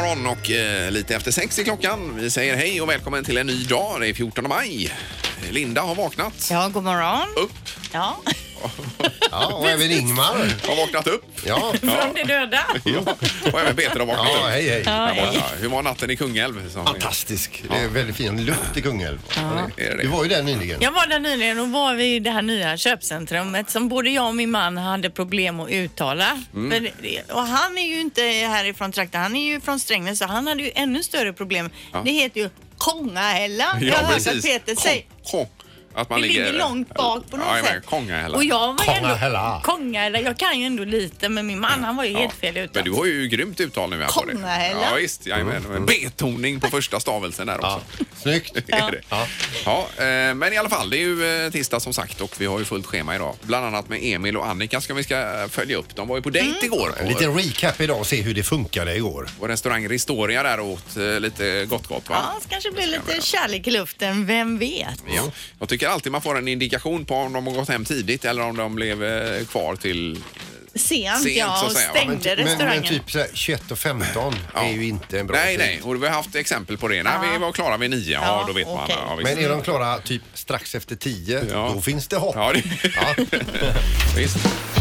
morgon och lite efter 6 i klockan. Vi säger hej och välkommen till en ny dag. Det är 14 maj. Linda har vaknat. Ja, god morgon. Upp. Ja. Ja, och även Ingmar Har vaknat upp. Ja, Från det döda. Ja. Och även Peter har vaknat upp. hej hej. Ja, hej. Ja, hur var natten i Kungälv? Fantastisk. Det är väldigt fin luft i Kungälv. Är det? Du var ju där nyligen. Jag var där nyligen och var vi i det här nya köpcentrumet som både jag och min man hade problem att uttala. Och han är ju inte härifrån trakten, han är ju från Strängnäs så han hade ju ännu större problem. Det heter ju Kongahälla. Jag har hört att Peter säger. Att man Det ligger långt bak på något sätt. Kongahälla. Och jag var Kongahälla. ändå Kongahälla. Jag kan ju ändå lite, men min man han var ju helt fel Men du har ju grymt uttal nu här på det. Kongahälla. Ja visst, en betoning på första stavelsen där också. Snyggt. Är det? Ja, men i alla fall, det är ju tisdag som sagt och vi har ju fullt schema idag. Bland annat med Emil och Annika vi ska följa upp. De var ju på dejt igår. En liten recap idag och se hur det funkade igår. Och restaurang Ristoria där och åt lite gott va? Ja, det kanske blir lite kärlek i luften, vem vet? Ja. Jag tycker alltid man får en indikation på om de har gått hem tidigt eller om de blev kvar till Sent så ja, att och säga. stängde restaurangen. Men typ så här 21:15 är ju inte en bra Nej, tid. nej. Och vi har haft exempel på det. När vi var klara vid 9, Ja, då vet man. okej. Ja, visst. Men är de klara typ strax efter 10, då finns det hopp. Ja, det... visst.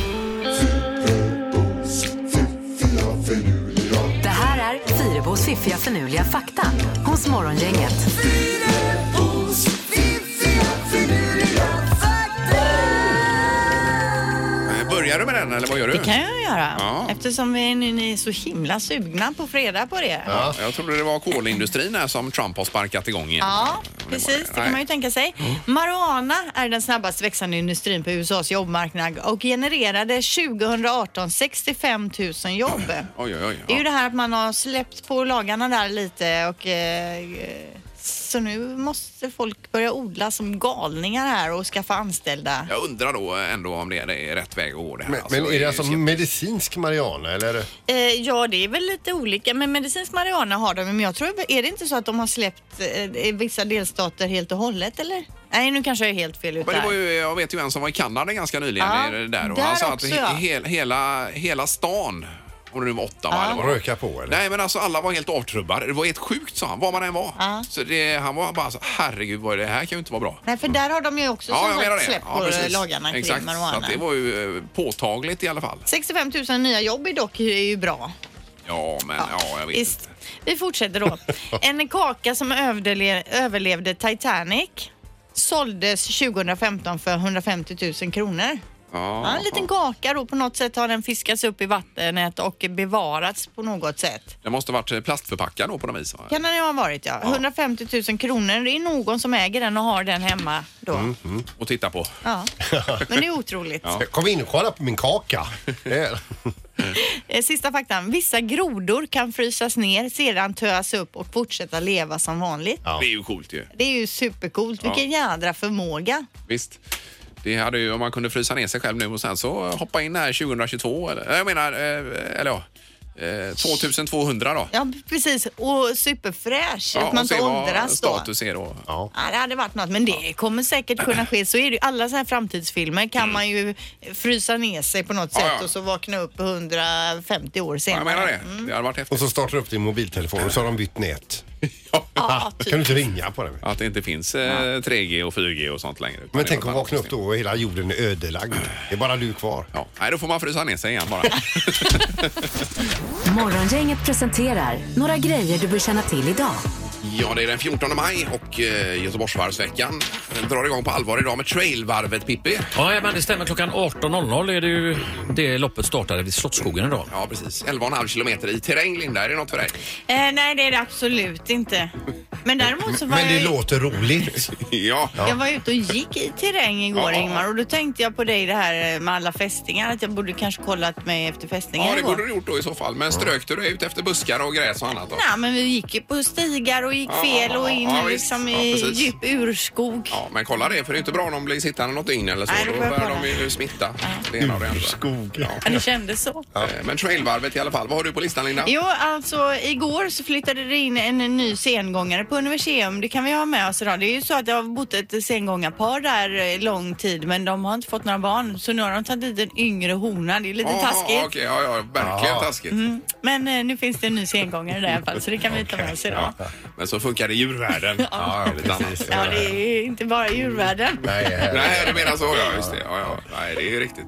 Det här är Fyrebos fiffiga förnuliga fakta hos Morgongänget. Börjar du med den eller vad gör du? Det kan jag göra, Ja. eftersom vi är så himla sugna på fredag på det. Ja, jag trodde det var kolindustrin här som Trump har sparkat igång igen. Ja, precis. Det kan man ju tänka sig. Marijuana är den snabbast växande industrin på USAs jobbmarknad och genererade 2018 65 000 jobb. Oj. Det är ju det här att man har släppt på lagarna där lite och så nu måste folk börja odla som galningar här och skaffa anställda. Jag undrar då ändå om det är rätt väg att gå det här. Men är det alltså medicinsk marijuana eller? Ja, det är väl lite olika. Men medicinsk marijuana har de. Men jag tror, är det inte så att de har släppt vissa delstater helt och hållet, eller? Nej, nu kanske jag är helt fel ute. Men det var ju, jag vet ju en som var i Kanada ganska nyligen där. Och där han sa också, att hela stan, om det nu var 8 eller vad? Röka på eller? Nej, men alltså alla var helt avtrubbade. Det var helt sjukt, sa han, var man än var. Så han var bara så, herregud, vad är det här kan ju inte vara bra. Nej, för där har de ju också släppt på lagarna kring marijuana. Så att det var ju påtagligt i alla fall. 65 000 nya jobb är dock ju bra. Ja, men jag vet inte. Vi fortsätter då. En kaka som överlevde Titanic såldes 2015 för 150 000 kronor. Ja, en liten kaka då, på något sätt har den fiskats upp i vattnet och bevarats på något sätt. Det måste ha varit plastförpackad då på något vis. Kan det ha varit, ja. 150 000 kronor, det är någon som äger den och har den hemma då. Och titta på. Ja, men det är otroligt. Kom in och kolla på min kaka. Sista faktan. Vissa grodor kan frysas ner, sedan töas upp och fortsätta leva som vanligt. Ja. Det är ju coolt ju. Det är ju supercoolt. Vilken jädra förmåga. Visst. Det hade ju, om man kunde frysa ner sig själv nu och sen så hoppa in här 2022 eller jag menar 2200 då. Ja, precis. Och superfräsch. Ja, att man inte åldras då. Status är då. Ja, det hade varit något. Men det kommer säkert kunna ske. Så är det ju. Alla så här framtidsfilmer kan man ju frysa ner sig på något sätt och så vakna upp 150 år senare. Ja, jag menar det. Det hade varit häftigt. Och så startar upp din mobiltelefon och så har de bytt nät. Ja, typ. Kan du inte ringa på den? Att det inte finns 3G och 4G och sånt längre. Men tänk att vakna upp då och hela jorden är ödelagd. Det är bara du kvar. Ja, nej, då får man frysa ner sig igen bara. Morgongänget presenterar några grejer du bör känna till idag. Ja, det är den 14 maj och Göteborgsvarvsveckan drar igång på allvar idag med trailvarvet, Pippi. Ja, men det stämmer. Klockan 18.00 är det ju det loppet startade vid Slottsskogen idag. Ja, precis. 11,5 kilometer i terräng, Linda. Är det något för dig? Nej, det är det absolut inte. Men däremot så var Men det låter roligt. Ja. Jag var ute och gick i terräng igår, Ingmar, och då tänkte jag på dig det här med alla fästingar, att jag borde kanske kollat mig efter fästingar. Ja, det igår. borde du gjort då i så fall. Men strökte du ut efter buskar och gräs och annat då? Nej, men vi gick ju på stigar och gick fel och in liksom i djup urskog. Ja, men kolla det, för det är inte bra om de blir sittande något dygn eller så. Nej, då börjar de ju smitta. Det ena och det andra. Urskog. Ja, det kändes så. Men trailvarvet i alla fall. Vad har du på listan, Linda? Jo, alltså igår så flyttade det in en ny sengångare på Universium. Det kan vi ha med oss idag. Det är ju så att det har bott ett sengångarpar där lång tid, men de har inte fått några barn. Så nu har de tagit dit en yngre hona. Det är lite taskigt. Okej, ja, verkligen taskigt. Men nu finns det en ny sengångare där i alla fall, så det kan vi ta med oss idag. Ja. Men så funkar det i djurvärlden. Ja, precis. Ja, det är inte bara djurvärlden. Nej, du menar så, ja, just det. Ja. Nej, det är riktigt.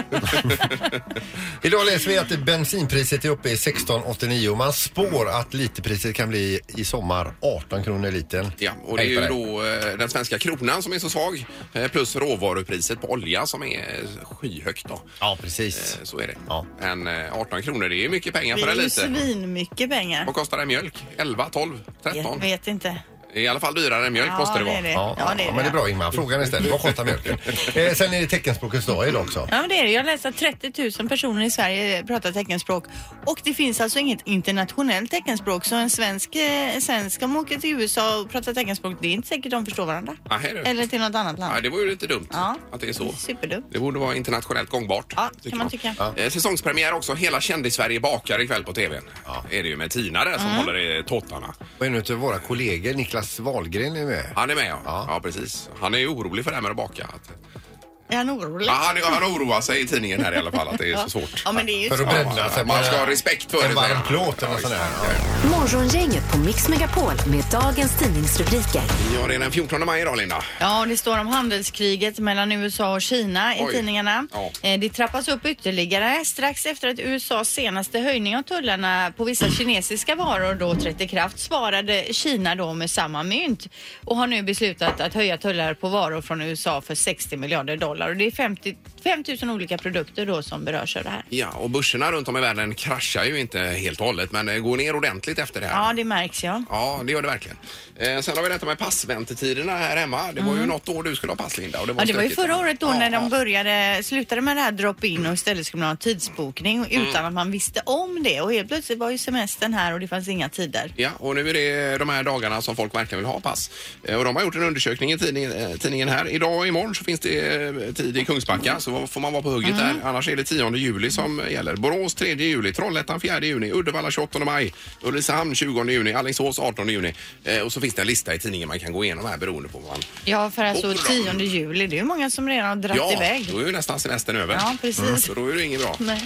Idag läser vi att bensinpriset är uppe i 16,89 och man spår att literpriset kan bli i sommar 18 kronor litern. Ja, och det är ju då den svenska kronan som är så svag, plus råvarupriset på olja som är skyhögt då. Ja, precis. Så är det. Ja. Men 18 kronor, det är mycket pengar för en Det är liter. ju svinmycket pengar. Vad kostar en mjölk? 11, 12, 13? Jag vet inte. I alla fall dyrare än mjölk måste det vara. Det är det. Ja, Ja, det är det. men det är bra Ingmar. Frågan istället. Vad kostar mjölken? Sen är det teckenspråkets dag idag också. Ja, men det är det. Jag läste att 30 000 personer i Sverige pratar teckenspråk. Och det finns alltså inget internationellt teckenspråk. Så en svensk som åker till USA och pratar teckenspråk, det är inte säkert de förstår varandra. Eller till något annat land. Nej, det var ju lite dumt Ja. att det är så. Superdumt. Det borde vara internationellt gångbart. Ja, kan man tycka. Säsongspremiär också. Hela Kändis-Sverige bakar ikväll på tvn. Ja. Är det ju med Tina där som håller i tåtarna. Och en av våra kollegor, Niklas Wahlgren, är med. Han är med, ja, precis. Han är ju orolig för det här med att baka. Är han orolig? Ja, han oroar sig i tidningen här i alla fall att det är så svårt. Ja, men det är ju För att bränna sig. Man ska ha respekt för en varm plåt eller sån här. Morgongänget på Mix Megapol med dagens tidningsrubriker. Ja, det är den 14 maj idag, Linda. Ja, det står om handelskriget mellan USA och Kina i tidningarna. Ja. Det trappas upp ytterligare strax efter att USAs senaste höjning av tullarna på vissa kinesiska varor då trätt i kraft, svarade Kina då med samma mynt och har nu beslutat att höja tullar på varor från USA för $60 miljarder. Och det är 5 000 olika produkter då som berörs av det här. Ja, och börserna runt om i världen kraschar ju inte helt och hållet, men går ner ordentligt efter det här. Ja, det märks, ja. Ja, det gör det verkligen. Sen har vi detta med passväntetiderna här hemma. Det var ju något år du skulle ha pass, Linda. Och det var ju förra året då när de slutade med det här drop-in och istället skulle man ha tidsbokning utan att man visste om det. Och helt plötsligt var ju semestern här och det fanns inga tider. Ja, och nu är det de här dagarna som folk verkligen vill ha pass. Och de har gjort en undersökning i tidningen här. Idag och imorgon så finns det tid i Kungsbacka, så får man vara på hugget där. Annars är det 10 juli som gäller. Borås 3 juli, Trollhättan 4 juni, Uddevalla 28 maj, Ulricehamn 20 juni, Alingsås 18 juni. Och så finns det en lista i tidningen man kan gå igenom här beroende på vad man... Ja, för alltså 10 juli, det är ju många som redan har dratt iväg. Ja, då är ju nästan semestern över. Ja, precis. Så då är det inget bra. Nej.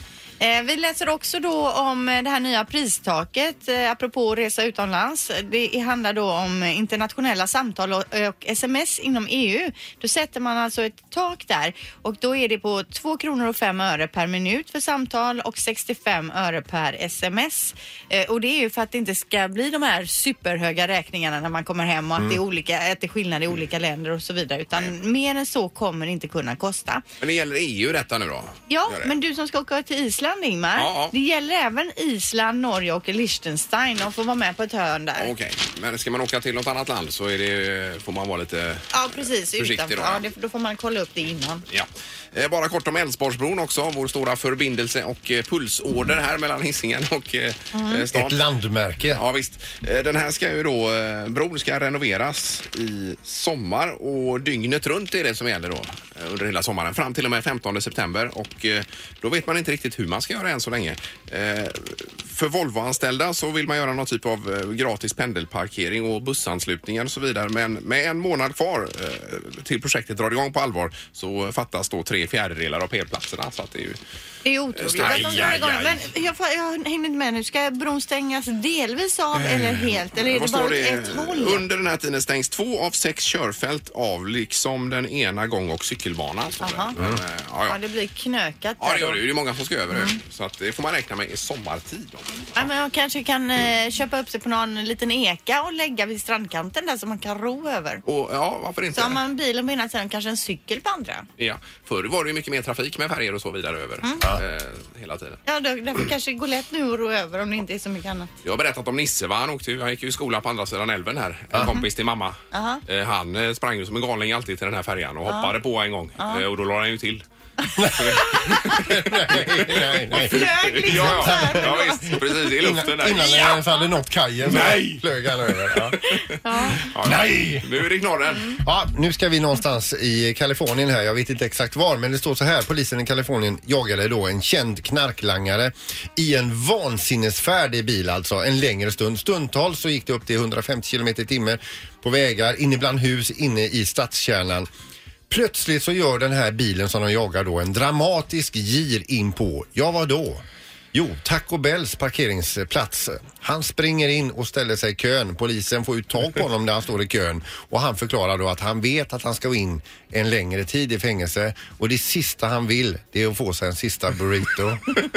Vi läser också då om det här nya pristaket apropå att resa utomlands. Det handlar då om internationella samtal och sms inom EU. Då sätter man alltså ett tak där och då är det på 2 kronor och 5 öre per minut för samtal och 65 öre per sms. Och det är ju för att det inte ska bli de här superhöga räkningarna när man kommer hem och att det är skillnad i olika länder och så vidare. Utan mer än så kommer det inte kunna kosta. Men det gäller EU detta nu då? Ja, men du som ska åka till Island, Ingmar. Ja. Det gäller även Island, Norge och Liechtenstein och får vara med på ett hörn där. Okej, men ska man åka till något annat land så får man vara lite försiktig utanför. då. Ja, då får man kolla upp det innan. Ja. Bara kort om Älvsborgsbron också, vår stora förbindelse och pulsorder här mellan Hisingen och stan. Ett landmärke. Ja visst. Den här ska ju då, bron ska renoveras i sommar och dygnet runt är det som gäller då under hela sommaren fram till och med 15 september och då vet man inte riktigt hur man ska göra än så länge. För Volvo-anställda så vill man göra någon typ av gratis pendelparkering och bussanslutningar och så vidare, men med en månad kvar till projektet drar igång på allvar så fattas då 3/4 av p-platserna, så att det är ju... Det är otroligt. Men jag hänger inte med nu. Ska bron stängas delvis av eller helt? Eller är det bara ett håll? Under den här tiden stängs 2 av 6 körfält av, liksom den ena gång- och cykelbanan. Ja, det blir knökat. Ja, det gör det. Det är många som ska över det. Så att det får man räkna med i sommartid. Ja, men man kanske kan köpa upp sig på någon liten eka och lägga vid strandkanten där så man kan ro över. Och, ja, varför inte? Så har man bilen på ena sidan, kanske en cykel på andra. Ja, förr var det ju mycket mer trafik med färger och så vidare över hela tiden. Ja, därför kanske det går lätt nu att ro över om det inte är så mycket annat. Jag har berättat om Nisse, va? Han gick ju i skola på andra sidan älven här. En kompis till mamma. Han sprang ju som en galning alltid till den här färjan och hoppade på en gång. Och då la han ju till. Nej. Flög liksom Ja, visst. Precis, i luften där. Innan den ens hade nått kajen så Nej! flög han över. Ja. Nej! Nu är det knorren. Ja, nu ska vi någonstans i Kalifornien här. Jag vet inte exakt var, men det står så här. Polisen i Kalifornien jagade då en känd knarklangare i en vansinnesfärd i bil, alltså en längre stund. Stundtals så gick det upp till 150 km i timmen på vägar, inne bland hus, inne i stadskärnan. Plötsligt så gör den här bilen som de jagar då en dramatisk gir in på. Ja, vad då? Jo, Taco Bells parkeringsplats. Han springer in och ställer sig i kön. Polisen får ut tag på honom när han står i kön. Och han förklarar då att han vet att han ska gå in en längre tid i fängelse. Och det sista han vill, det är att få sig en sista burrito.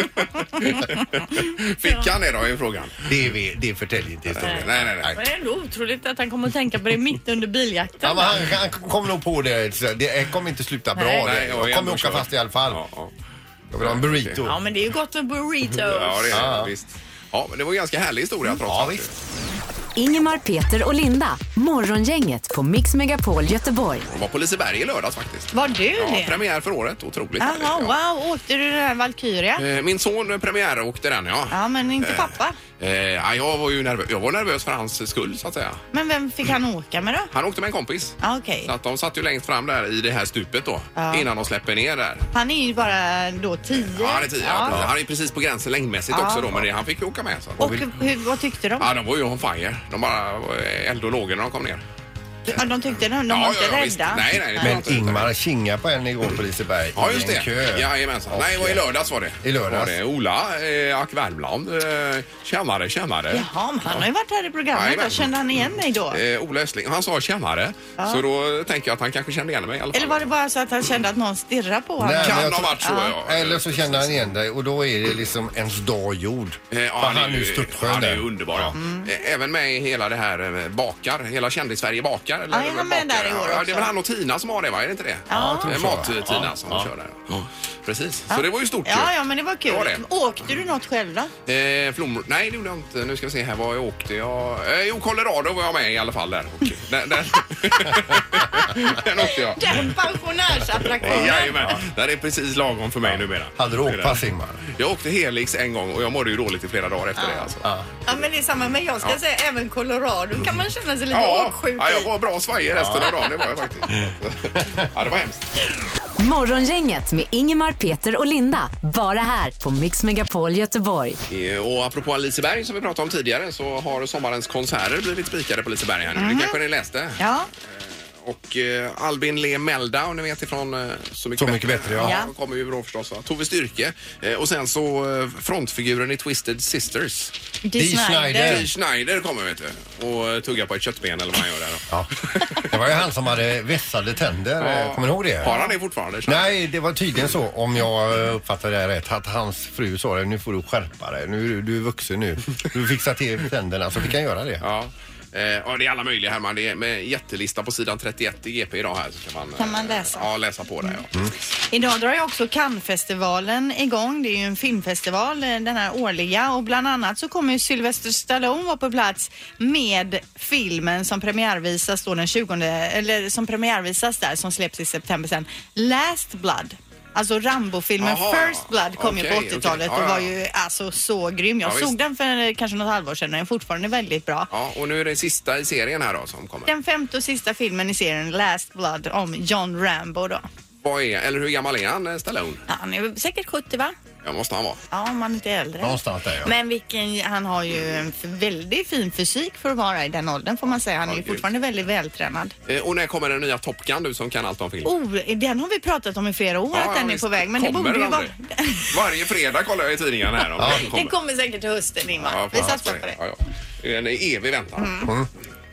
Fick han det då i frågan? Det förtäljer inte historien. Nej. Men det är ändå otroligt att han kommer att tänka på det mitt under biljakten. Ja, men han kom nog på det. Det kommer inte sluta bra. Nej, Jag kommer åka fast i alla fall. Ja. Jag vill ha en burrito. Ja, men det är ju gott med burritos. Ja, det är det. Visst. Ja, men det var en ganska härlig historia trots allt. Visst. Ingemar, Peter och Linda. Morgongänget på Mix Megapol Göteborg. Jag var på Liseberg i lördags faktiskt. Var du Ja, det? premiär för året. Otroligt. Jaha, härligt, wow. Åkte du den här Valkyria? Min son premiär åkte den, ja. Ja, men inte pappa. Ja, jag var ju nervös för hans skull, så att säga. Men vem fick han åka med då? Han åkte med en kompis. Ja, okej. Så att de satt ju längst fram där i det här stupet då. Ja. Innan de släpper ner där. Han är ju bara då 10. Ja, han är 10. Ja. Han är precis på gränsen längdmässigt också då. Men han fick ju åka med. Så. Och vad tyckte de? Ja, de var ju on fire. De bara eld och lågor när de kom ner. Ja, de tyckte de var inte rädda. Visst. Nej, det var Men inte Ingmar kinga på en igår på Liseberg. Ja, just I en det. kö. Jajamensan. Och, Nej, det var i lördags var det. I lördags. Var det Ola, Ack Värmland, tjänare. Jaha, men han har ju varit här i programmet. Jajamän. Då kände han igen mig då? Ola Östling, han sa tjänare. Så då tänker jag att han kanske kände igen mig i alla fall. Eller var det bara så att han kände att någon stirrar på honom? Nej, men Kan jag ha tror- varit så, ja. Eller så känner han igen dig och då är det liksom ens dag gjord. Han är ju störtskön Han är ju där. underbar. Ja. Även med i hela det här bakar, hela Kändis-Sverige bakar. Eller, Ja, är han med där i år Ja, det är också? väl han och Tina som har det, va? Är det inte det? Ja. Jag tror så. Mat-Tina som kör där. Ja. Precis, så det var ju stort Ja, men det var kul. Det var det. Åkte du något själv då? Flommor? Nej, det gjorde jag inte. Nu ska vi se här var jag åkte. Jo, Colorado var jag med i alla fall där. Den åkte jag. Den pensionärsattraktionen. Jajamän, det är precis lagom för mig numera. Hade du åkt pass, Ingmar? Jag åkte Helix en gång och jag mådde ju dåligt i flera dagar efter det. Alltså. Ja, men det är samma. Men jag ska säga även Colorado kan man känna sig lite åksjuk Ja, jag i. var bra svajig resten av dagen. Det var jag faktiskt. Ja, det var hemskt. Morgongänget med Ingemar, Peter och Linda. Bara här på Mix Megapol Göteborg. Och apropå Liseberg som vi pratade om tidigare så har sommarens konserter blivit spikade på Liseberg här nu. Det kanske ni läste. Ja. Och Albin Lee Meldau, ni vet ifrån Så mycket bättre. Ja. Kommer ju då förstås. Tove Styrke. Och sen så frontfiguren i Twisted Sisters. Dee Snider. Dee Snider kommer, vet du. Och tugga på ett köttben eller vad han gör där då. Ja. Det var ju han som hade vässade tänder. Kommer ni ihåg det? Har han det fortfarande? Nej, det var tydligen så, om jag uppfattade det rätt, att hans fru sa det, nu får du skärpa dig, du är vuxen nu. Du fixar till tänderna, så fick han göra det. Ja. Och det är alla möjliga här, det är med jättelista på sidan 31 i GP idag här så Kan man läsa? Ja, läsa på det. Ja. Idag drar ju också Cannes-festivalen igång. Det är ju en filmfestival, den här årliga. Och bland annat så kommer ju Sylvester Stallone vara på plats med filmen som premiärvisas då den 20, eller som premiärvisas där, som släpps i september sen. Last Blood. Alltså Rambo-filmen Jaha, First Blood kom ju på 80-talet och var ju alltså så grym. Jag såg den för kanske något halvår sedan och den är fortfarande väldigt bra. Ja, och nu är det sista i serien här då som kommer. Den femte och sista filmen i serien Last Blood om John Rambo då. Eller hur gammal är han, Stallone? Ja, han är säkert 70, va? Ja, måste han vara. Ja, om man inte är äldre. Någonstans där, ja. Men han har ju en väldigt fin fysik för att vara i den åldern, får man säga. Han är ju fortfarande väldigt vältränad. Och när kommer den nya Top Gun, du som kan allt om film? Den har vi pratat om i flera år, att den är på väg. Men det borde ju vara... Varje fredag kollar jag i tidningarna här. Den kommer säkert till hösten, Ingmar. Ja, Vi satsar på det. Ja. Det är en evig väntan.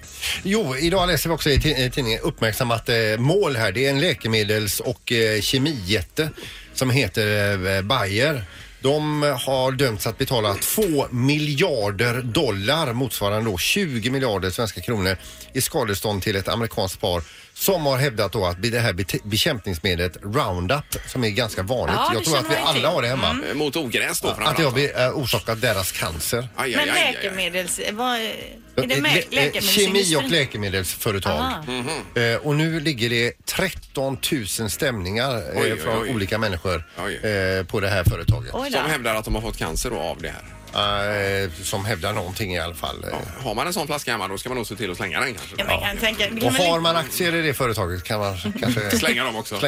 Jo, idag läser vi också i tidningen uppmärksammat mål här. Det är en läkemedels- och kemijätte som heter Bayer. De har dömts att betala 2 miljarder dollar, motsvarande då 20 miljarder svenska kronor, i skadestånd till ett amerikanskt par som har hävdat då att det här bekämpningsmedlet Roundup, som är ganska vanligt, Ja, jag tror att vi alla har det hemma, Mot ogräs då att det har orsakat deras cancer. Men läkemedels... Är det läkemedelsindustrin? Kemi- och läkemedelsföretag. Och nu ligger det 13 000 stämningar från olika människor på det här företaget. Som hävdar att de har fått cancer då av det här. Som hävdar någonting i alla fall. Ja, har man en sån flaska hemma då ska man nog se till att slänga den kanske. Ja, man kan tänka, och har man aktier i det företaget kan man kanske slänga dem också.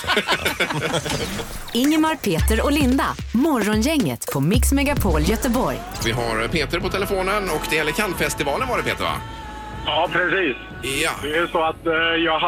Ingemar, Peter och Linda. Morgongänget på Mix Megapol Göteborg. Vi har Peter på telefonen och det gäller Cannes-festivalen var det Peter va? Ja, precis. Ja. Det är så att jag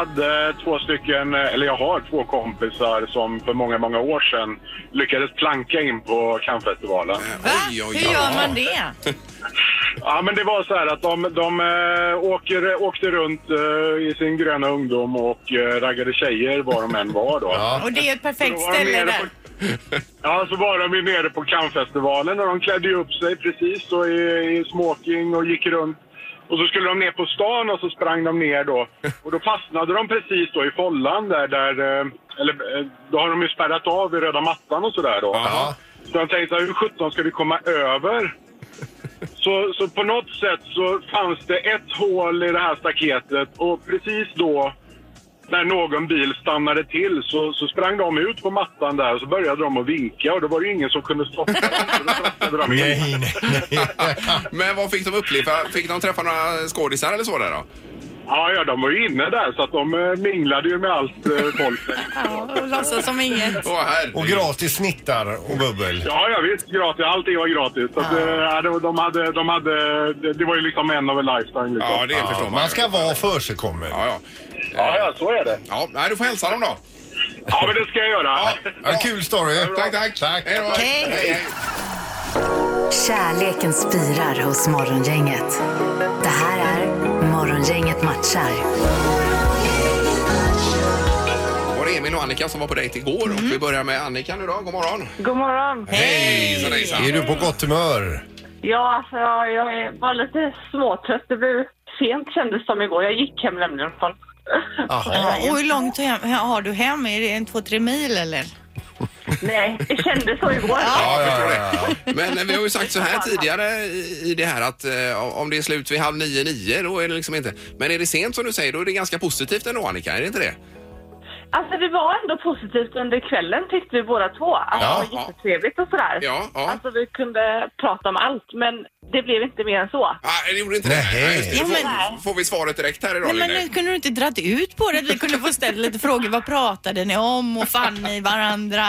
har två kompisar som för många, många år sedan lyckades planka in på Cannes-festivalen. Hur gör man det? Ja, men det var så här att de åkte runt i sin gröna ungdom och raggade tjejer var de än var då. Ja. Och det är ett perfekt ställe där. Ja, så var de nere på Cannes-festivalen och de klädde upp sig precis så i smoking och gick runt. Och så skulle de ner på stan och så sprang de ner då. Och då fastnade de precis då i follan där då har de ju spärrat av i röda mattan och sådär då. Aha. Så de tänkte, hur 17 ska vi komma över? Så på något sätt så fanns det ett hål i det här staketet och precis då när någon bil stannade till så sprang de ut på mattan där och så började de att vinka och då var det ingen som kunde stoppa dem. Nej. Men vad fick de uppleva? Fick de träffa några skådisar eller så där då? Ja, de var ju inne där så att de minglade ju med allt folk. Ja, och låtsas som inget. Och gratis snittar och bubbel. Ja, visst, gratis. Allting var gratis. Så att, det var ju liksom en av en lifetime. Liksom. Ja, det förstår man. Man ska vara försigkommen. Ja, så är det. Ja, nej, du får hälsa dem då. Ja, men det ska jag göra. Ja, kul story. Tack. Hej då. Hej. Kärleken spirar hos Morgongänget. Det här är Morgongänget matchar. Det var Emil och Annika som var på dejt igår och vi börjar med Annika nu då. God morgon. God morgon. Hej. Är du på gott humör? Ja, alltså jag var lite småtrött. Det blev sent kändes som igår. Jag gick hem nämligen från... Ja, och hur långt har du hem? Är det 2-3 mil eller? Nej, det kändes så igår. Ja. Men vi har ju sagt så här tidigare i det här att om det är slut vid 8:30 då är det liksom inte. Men är det sent som du säger då är det ganska positivt ändå Annika, är det inte det? Alltså det var ändå positivt under kvällen tyckte vi båda två. Alltså det var jättetrevligt och sådär. Ja. Alltså vi kunde prata om allt men det blev inte mer än så. Nej, det gjorde inte det. Får vi svaret direkt här idag? Nej, men nu kunde du inte dratt ut på det. Vi kunde få ställa lite frågor. Vad pratade ni om och fann ni varandra?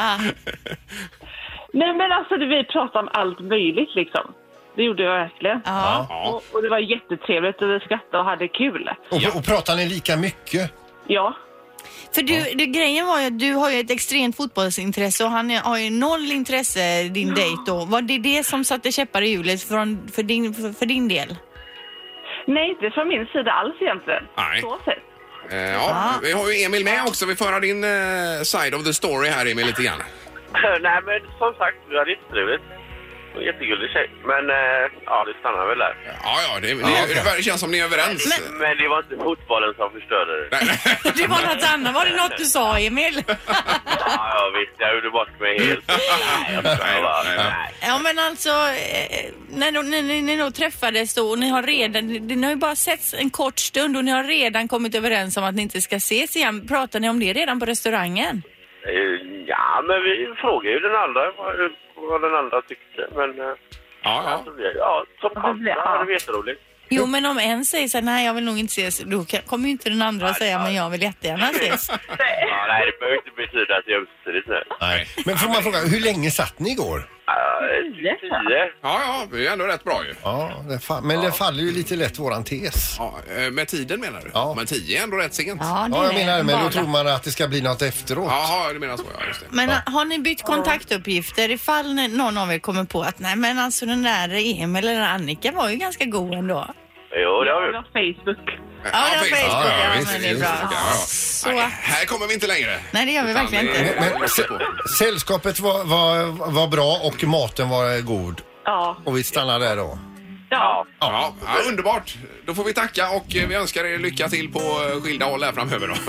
Nej men alltså vi pratade om allt möjligt liksom. Det gjorde jag verkligen. Ja. Och det var jättetrevligt och vi skrattade och hade kul. Och pratar ni lika mycket? Ja. För grejen var ju att du har ju ett extremt fotbollsintresse och han har ju noll intresse din dejt då. Var det som satte käppar i hjulet för din del? Nej, inte från min sida alls egentligen. Nej. Så sett. Vi har ju Emil med också. Vi får höra din side of the story här Emil lite grann. Nej men som sagt, vi hade jättetrevligt. Jättegullig tjej. Men det stannar väl där. Det känns som ni är överens. Men det var inte fotbollen som förstörde det. Det var något annat. Var det något du sa Emil? Ja visst, jag gjorde bort mig helt. Nej. Ja men alltså när ni då träffades då och ni har ju bara setts en kort stund och ni har redan kommit överens om att ni inte ska ses igen. Pratar ni om det redan på restaurangen? Ja men vi frågar ju den andra vad den andra tyckte, men som passar, det är jätteroligt. Jo, men om en säger så här, nej jag vill nog inte ses, då kommer ju inte den andra säga, men jag vill jättegärna ses. Nej, det behöver inte betyda att jag är ömsesidigt nu. Nej. Men får man fråga, hur länge satt ni igår? 10. Ja, det är ändå rätt bra ju. Ja, men det faller ju lite lätt våran tes. Ja, med tiden menar du? Ja. Men 10 är ändå rätt sent. Ja, jag menar men då tror man att det ska bli något efteråt. Ja, det menar så, just det. Men har ni bytt kontaktuppgifter ifall någon av er kommer på att nej men alltså den där Emil eller Annika var ju ganska god ändå? Jo, det har vi. Facebook. Ja, det är bra. Så. Här kommer vi inte längre. Nej, det gör vi verkligen inte. Men sällskapet var bra och maten var god. Ja. Och vi stannar där då. Ja. Ja, underbart. Då får vi tacka och vi önskar er lycka till på skilda håll här framöver då.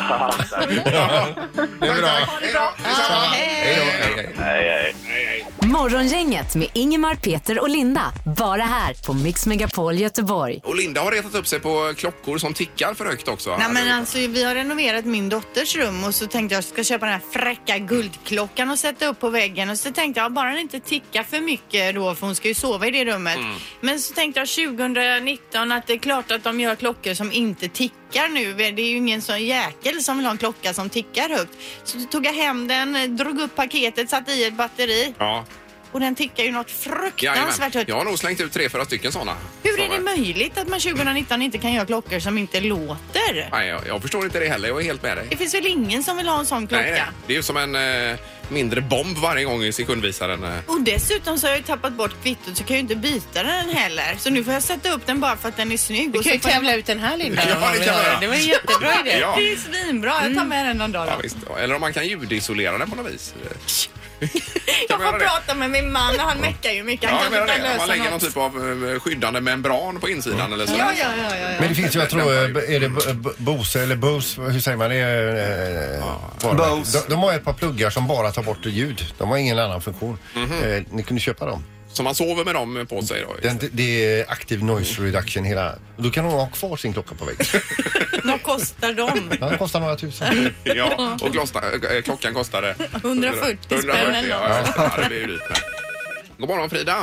Det är bra. Hej. Hej. Hej. Morgongänget med Ingemar, Peter och Linda. Bara här på Mix Megapol Göteborg. Och Linda har retat upp sig på klockor som tickar för högt också. Nej, men alltså, vi har renoverat min dotters rum och så tänkte jag ska köpa den här fräcka guldklockan och sätta upp på väggen. Och så tänkte jag bara den inte tickar för mycket då, för hon ska ju sova i det rummet. Men så tänkte jag 2019 att det är klart att de gör klockor som inte tickar nu. Det är ju ingen sån jäkel som vill ha en klocka som tickar högt. Så då tog jag hem den, drog upp paketet, satte i ett batteri. Ja. Och den tickar ju något fruktansvärt högt. Jag har nog slängt ut 3-4 stycken sådana. Hur är det möjligt att man 2019 inte kan göra klockor som inte låter? Nej, jag förstår inte det heller. Jag är helt med dig. Det finns väl ingen som vill ha en sån klocka? Nej. Det är ju som en mindre bomb varje gång i sekundvisaren. Och dessutom så har jag ju tappat bort kvittot, så kan jag ju inte byta den heller. Så nu får jag sätta upp den bara för att den är snygg. Du kan ju tävla ut den här, Linda. Ja, det kan jag. Det var en jättebra idé. Ja. Det är svinbra. Jag tar med den någon dag då. Ja, visst. Eller om man kan ljudisolera den på något vis. Jag får prata med min man och han meckar ju mycket. Han kan inte lösa man lägger någon något. typ av skyddande membran på insidan eller så. Ja. Men det finns ju, jag tror, är det Bose eller Bose, hur säger man det? Bose. De har ett par pluggar som bara tar bort ljud. De har ingen annan funktion. Ni kunde köpa dem. Så man sover med dem på sig då? Det är active noise reduction hela. Då kan hon ha kvar sin klocka på väggen. Vad kostar de? Ja, det kostar några tusen. Ja, och klockan kostade 140 spänn eller något. Ja, det blir ju dyrt. God morgon, Frida.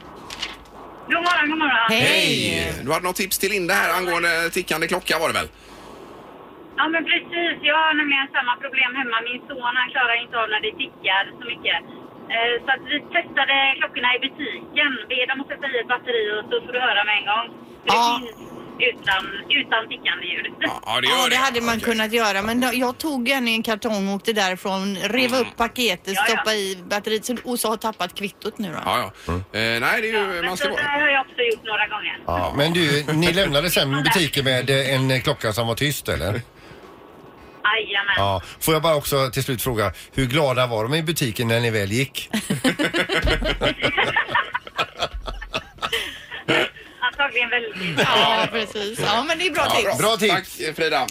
God morgon. Hej! Du hade något tips till Linda här angående tickande klocka, var det väl? Ja, men precis. Jag har nämligen samma problem hemma. Min son, han klarar inte av när det tickar så mycket. Så att vi testade klockorna i butiken. Be dem att sätta i ett batteri och så får du höra med en gång. För det finns utan tickande ljud. Ja, det hade man kunnat göra. Men jag tog en i en kartong och åkte därifrån, rev upp paketet, stoppa i batteriet och så har tappat kvittot nu då. Ja. Nej, det är ju... Men så det har jag också gjort några gånger. Ja, men du, ni lämnade sen butiken med en klocka som var tyst, eller? Jajamän. Ja. Får jag bara också till slut fråga, hur glada var de i butiken när ni väl gick? Antagligen väldigt. Ja, precis. Ja, men det är bra tips. Bra tips. Tack, Frida.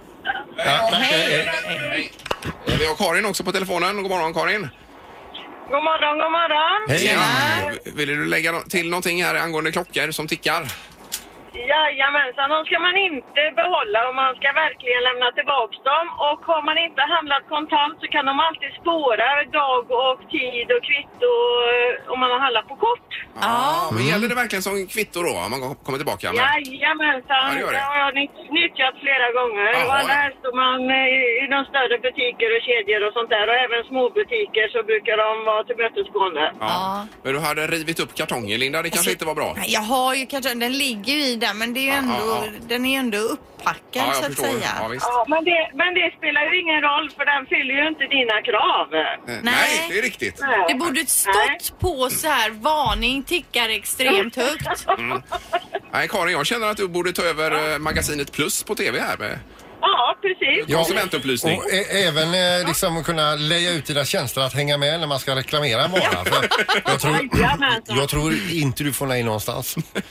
Hej. Vi har Karin också på telefonen. God morgon, Karin. God morgon. Hej. Vill du lägga till någonting här angående klockor som tickar? Jajamensan, de ska man inte behålla och man ska verkligen lämna tillbaka dem. Och har man inte handlat kontant så kan de alltid spåra dag och tid och kvitto om man har handlat på kort. Ja, men gäller det verkligen som kvitto då om man kommer tillbaka? Jajamensan, det har jag nyttjat flera gånger. Och alla här står man i de större butiker och kedjor och sånt där. Och även små butiker så brukar de vara tillmötesgående. Ja. Men du hade rivit upp kartongen, Linda, det kanske inte var bra. Jag har ju kartongen, den ligger ju i där, men det är ju ändå, den är ändå upppackad så att säga. Ja, visst. Ja, men det spelar ju ingen roll för den fyller ju inte dina krav. Nej, det är riktigt. Det borde stått på så här, varning tickar extremt högt. Nej, Karin, jag känner att du borde ta över magasinet Plus på TV här med Ja, precis. konsumentupplysning. Och även liksom kunna leja ut dina tjänster att hänga med när man ska reklamera en vara. För jag tror inte du får nej någonstans.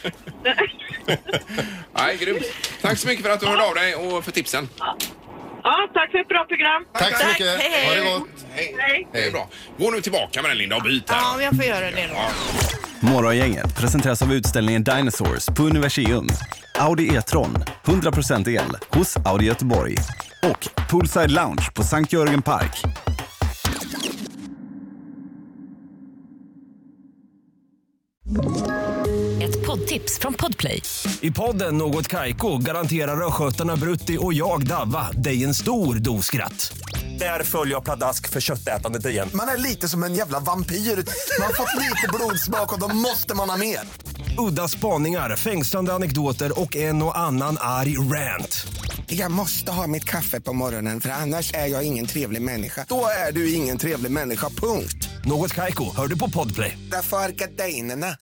Nej, grymt. Tack så mycket för att du hörde av dig och för tipsen. Ja, tack för ett bra program. Tack så mycket. Hej. Ha det gott. Hej. Det är bra. Gå nu tillbaka med den, Linda, och byt här. Ja, jag får göra det då. Morgongänget presenteras av utställningen Dinosaurs på Universium. Audi E-tron, 100% el hos Audi Göteborg. Och Poolside Lounge på Sankt Jörgen Park. Ett poddtips från Podplay. I podden Något Kaiko garanterar röskötarna Brutti och jag Davva dig en stor doskratt. Där följer jag pladask för köttätandet igen. Man är lite som en jävla vampyr. Man har fått lite blodsmak och då måste man ha mer. Udda spaningar, fängslande anekdoter och en och annan arg rant. Jag måste ha mitt kaffe på morgonen för annars är jag ingen trevlig människa. Då är du ingen trevlig människa, punkt. Något Kaiko, hör du på Podplay. Därför är gardinerna.